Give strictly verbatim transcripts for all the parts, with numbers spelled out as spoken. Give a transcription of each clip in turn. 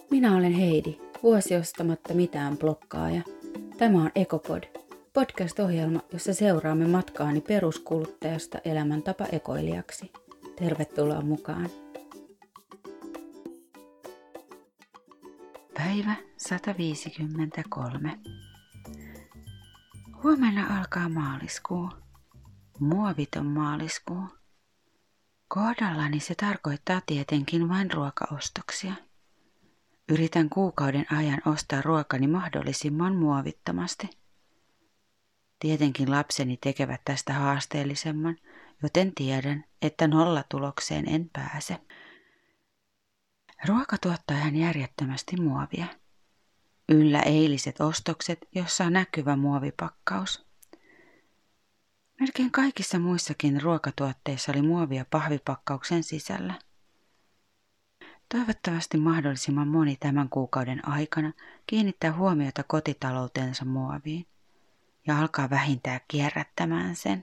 Minä olen Heidi, vuosi ostamatta mitään blokkaaja. Tämä on Ekopod, podcast-ohjelma, jossa seuraamme matkaani peruskuluttajasta elämäntapa ekoilijaksi. Tervetuloa mukaan. Päivä sata viisikymmentäkolme. Huomenna alkaa maaliskuu. Muoviton maaliskuu. Kohdallani se tarkoittaa tietenkin vain ruokaostoksia. Yritän kuukauden ajan ostaa ruokani mahdollisimman muovittomasti. Tietenkin lapseni tekevät tästä haasteellisemman, joten tiedän, että nollatulokseen en pääse. Ruoka tuottaa ihan järjettömästi muovia. Yllä eiliset ostokset, jossa on näkyvä muovipakkaus. Melkein kaikissa muissakin ruokatuotteissa oli muovia pahvipakkauksen sisällä. Toivottavasti mahdollisimman moni tämän kuukauden aikana kiinnittää huomiota kotitaloutensa muoviin ja alkaa vähintään kierrättämään sen.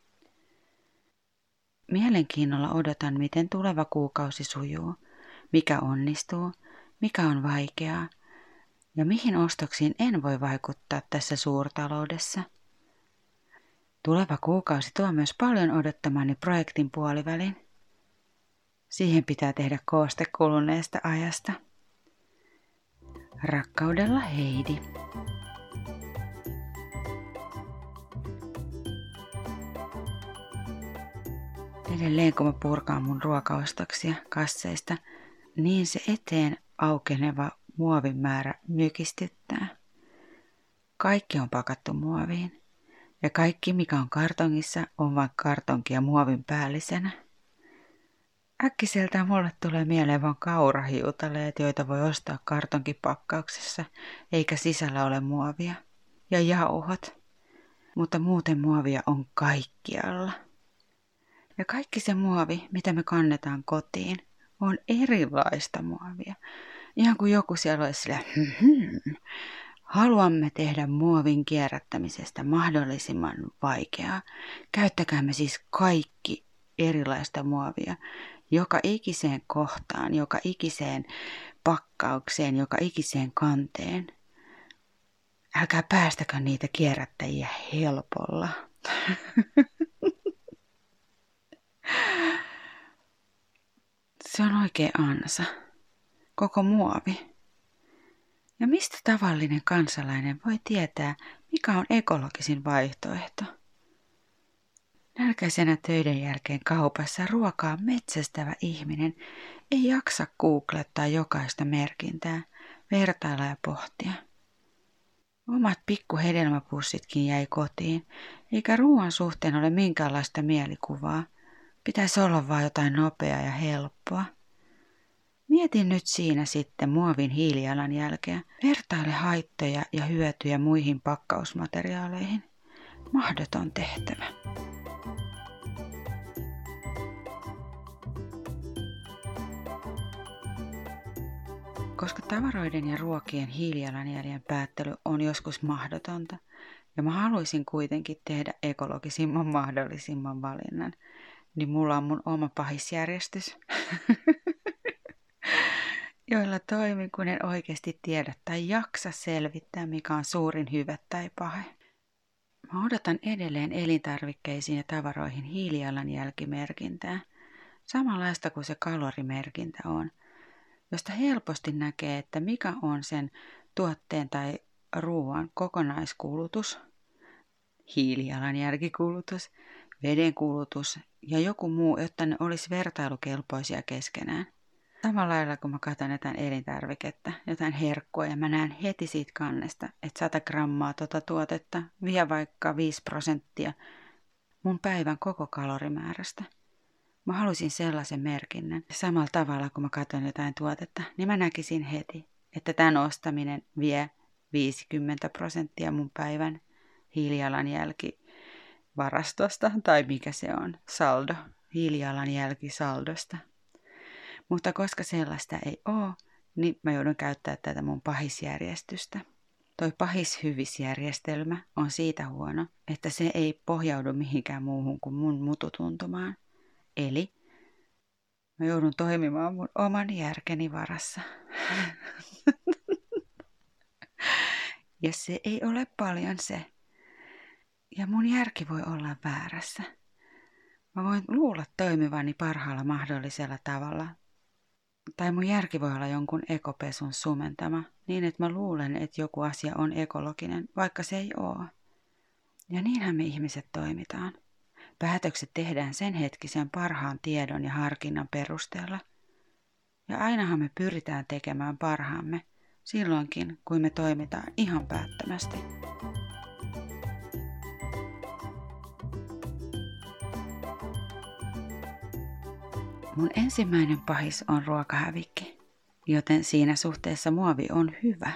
Mielenkiinnolla odotan, miten tuleva kuukausi sujuu, mikä onnistuu, mikä on vaikeaa ja mihin ostoksiin en voi vaikuttaa tässä suurtaloudessa. Tuleva kuukausi tuo myös paljon odottamani projektin puolivälin. Siihen pitää tehdä kooste kuluneesta ajasta. Rakkaudella Heidi. Edelleen kun mä purkaan mun ruokaostoksia kasseista, niin se eteen aukeneva muovin määrä mykistyttää. Kaikki on pakattu muoviin. Ja kaikki, mikä on kartongissa, on vain kartonkia muovin päällisenä. Äkkiseltään mulle tulee mieleen vain kaurahiutaleet, joita voi ostaa kartonkipakkauksessa, eikä sisällä ole muovia. Ja jauhot. Mutta muuten muovia on kaikkialla. Ja kaikki se muovi, mitä me kannetaan kotiin, on erilaista muovia. Ihan kuin joku siellä olisi sillä, hmm, haluamme tehdä muovin kierrättämisestä mahdollisimman vaikeaa. Käyttäkäämme siis kaikki erilaista muovia. Joka ikiseen kohtaan, joka ikiseen pakkaukseen, joka ikiseen kanteen. Älkää päästäkö niitä kierrättäjiä helpolla. Se on oikein ansa. Koko muovi. Ja mistä tavallinen kansalainen voi tietää, mikä on ekologisin vaihtoehto? Nälkäisenä töiden jälkeen kaupassa ruokaa metsästävä ihminen ei jaksa googlettaa jokaista merkintää, vertailla ja pohtia. Omat pikkuhedelmäpussitkin jäi kotiin, eikä ruoan suhteen ole minkäänlaista mielikuvaa. Pitäisi olla vain jotain nopeaa ja helppoa. Mietin nyt siinä sitten muovin hiilijalanjälkeä, vertaile haittoja ja hyötyjä muihin pakkausmateriaaleihin. Mahdoton tehtävä. Koska tavaroiden ja ruokien hiilijalanjäljen päättely on joskus mahdotonta, ja mä haluaisin kuitenkin tehdä ekologisimman mahdollisimman valinnan, niin mulla on mun oma pahisjärjestys, joilla toimin, kun en oikeasti tiedä tai jaksa selvittää, mikä on suurin hyvä tai pahe. Mä odotan edelleen elintarvikkeisiin ja tavaroihin hiilijalanjälkimerkintää, samanlaista kuin se kalorimerkintä on, josta helposti näkee, että mikä on sen tuotteen tai ruoan kokonaiskulutus, hiilijalanjälkikulutus, vedenkulutus ja joku muu, jotta ne olisi vertailukelpoisia keskenään. Samalla lailla kun mä katson jotain elintarviketta, jotain herkkua ja mä näen heti siitä kannesta, että sata grammaa tuota tuotetta vie vaikka viisi prosenttia mun päivän koko kalorimäärästä. Mä halusin sellaisen merkinnän. Samalla tavalla kun mä katson jotain tuotetta, niin mä näkisin heti, että tämän ostaminen vie viisikymmentä prosenttia mun päivän hiilijalanjälki varastosta tai mikä se on, saldo, hiilijalanjälki saldosta. Mutta koska sellaista ei ole, niin mä joudun käyttämään tätä mun pahisjärjestystä. Toi pahishyvisjärjestelmä on siitä huono, että se ei pohjaudu mihinkään muuhun kuin mun mututuntumaan. Eli Mä joudun toimimaan mun oman järkeni varassa. Ja se ei ole paljon se. Ja mun järki voi olla väärässä. Mä voin luulla toimivani parhaalla mahdollisella tavalla. Tai mun järki voi olla jonkun ekopesun sumentama, niin että mä luulen, että joku asia on ekologinen, vaikka se ei oo. Ja niinhän me ihmiset toimitaan. Päätökset tehdään sen hetkisen parhaan tiedon ja harkinnan perusteella. Ja ainahan me pyritään tekemään parhaamme, silloinkin kun me toimitaan ihan päättömästi. Mun ensimmäinen pahis on ruokahävikki, joten siinä suhteessa muovi on hyvä.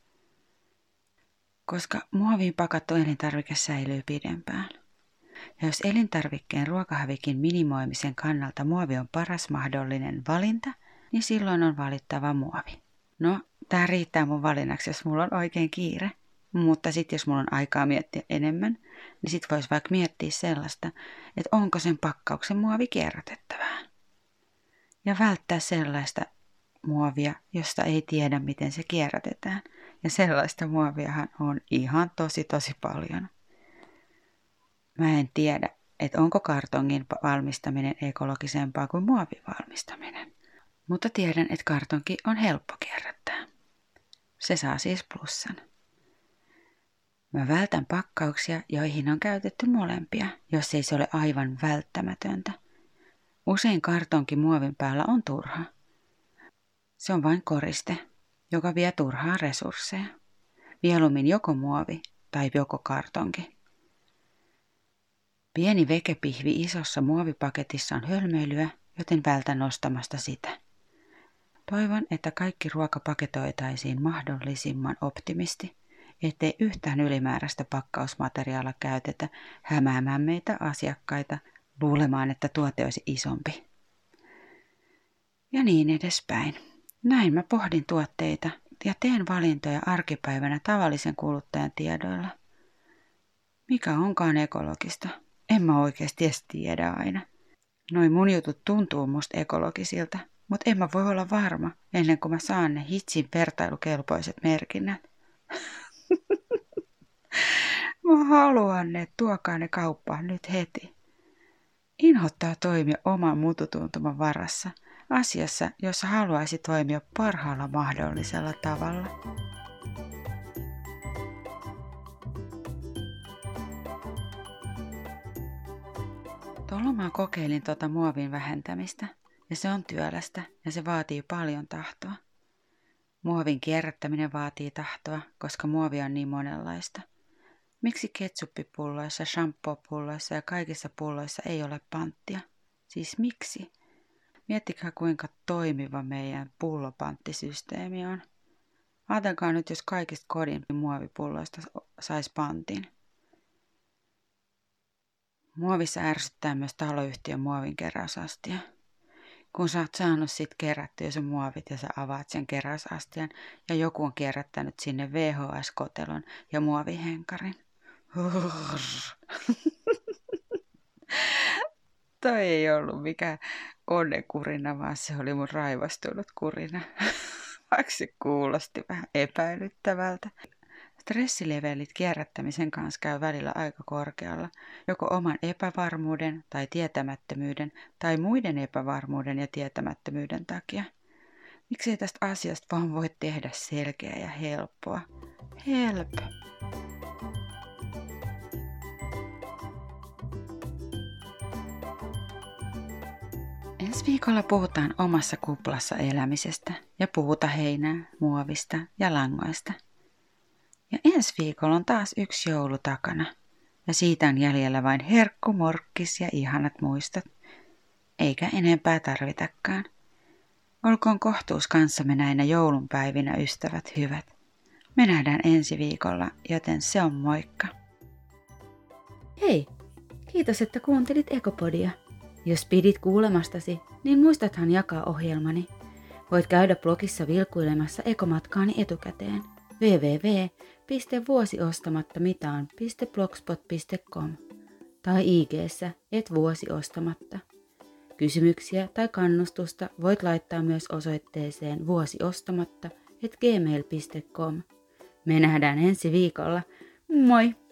Koska muoviin pakattu elintarvike säilyy pidempään. Ja jos elintarvikkeen ruokahävikin minimoimisen kannalta muovi on paras mahdollinen valinta, niin silloin on valittava muovi. No, tää riittää mun valinnaksi, jos mulla on oikein kiire. Mutta sitten jos mulla on aikaa miettiä enemmän, niin sit vois vaikka miettiä sellaista, että onko sen pakkauksen muovi kierrätettävää. Ja välttää sellaista muovia, josta ei tiedä, miten se kierrätetään. Ja sellaista muoviahan on ihan tosi tosi paljon. Mä en tiedä, että onko kartongin valmistaminen ekologisempaa kuin muovin valmistaminen. Mutta tiedän, että kartonki on helppo kierrättää. Se saa siis plussan. Mä vältän pakkauksia, joihin on käytetty molempia, jos ei se ole aivan välttämätöntä. Usein kartonki muovin päällä on turha. Se on vain koriste, joka vie turhaa resursseja. Mieluummin joko muovi tai joko kartonki. Pieni vekepihvi isossa muovipaketissa on hölmöilyä, joten vältän ostamasta sitä. Toivon, että kaikki ruoka paketoitaisiin mahdollisimman optimisti, ettei yhtään ylimääräistä pakkausmateriaalia käytetä hämäämään meitä asiakkaita luulemaan, että tuote olisi isompi. Ja niin edespäin. Näin mä pohdin tuotteita ja teen valintoja arkipäivänä tavallisen kuluttajan tiedoilla. Mikä onkaan ekologista? En mä oikeasti edes tiedä aina. Noin mun jutut tuntuu musta ekologisilta, mutta en mä voi olla varma ennen kuin mä saan ne hitsin vertailukelpoiset merkinnät. Mä haluan ne, tuokaa ne kauppaan nyt heti. Inhottaa toimia oman mututuntuman varassa, asiassa, jossa haluaisi toimia parhaalla mahdollisella tavalla. Tuolla mä kokeilin tuota muovin vähentämistä, ja se on työlästä ja se vaatii paljon tahtoa. Muovin kierrättäminen vaatii tahtoa, koska muovia on niin monenlaista. Miksi ketsuppipulloissa, shampoopulloissa ja kaikissa pulloissa ei ole panttia? Siis miksi? Miettikää kuinka toimiva meidän pullopanttisysteemi on. Ajatelkaa nyt, jos kaikista kodin muovipulloista saisi pantin. Muovissa ärsyttää myös taloyhtiön muovinkeräysastia. Kun sä oot saanut sit kerättyä sun muovit ja sä avaat sen keräysastian ja joku on kierrättänyt sinne V H S-kotelon ja muovihenkarin. Toi ei ollut mikään onnekurina, vaan se oli mun raivostunut kurina. Vaikka se kuulosti vähän epäilyttävältä. Stressilevelit kierrättämisen kanssa käy välillä aika korkealla, joko oman epävarmuuden tai tietämättömyyden tai muiden epävarmuuden ja tietämättömyyden takia. Miksi ei tästä asiasta vaan voi tehdä selkeä ja helppoa? Help! Ensi viikolla puhutaan omassa kuplassa elämisestä ja puutaheinää, muovista ja langoista. Ja ensi viikolla on taas yksi joulu takana. Ja siitä on jäljellä vain herkku, morkkis ja ihanat muistot. Eikä enempää tarvitakaan. Olkoon kohtuus kanssamme näinä joulunpäivinä, ystävät hyvät. Me nähdään ensi viikolla, joten se on moikka. Hei, kiitos että kuuntelit Ekopodia. Jos pidit kuulemastasi, niin muistathan jakaa ohjelmani. Voit käydä blogissa vilkuilemassa ekomatkaani etukäteen. double-u double-u double-u piste vuosiostamattamitaan piste blogspot piste com tai I G:ssä et vuosiostamatta. Kysymyksiä tai kannustusta voit laittaa myös osoitteeseen vuosiostamatta at gmail piste com. Me nähdään ensi viikolla. Moi!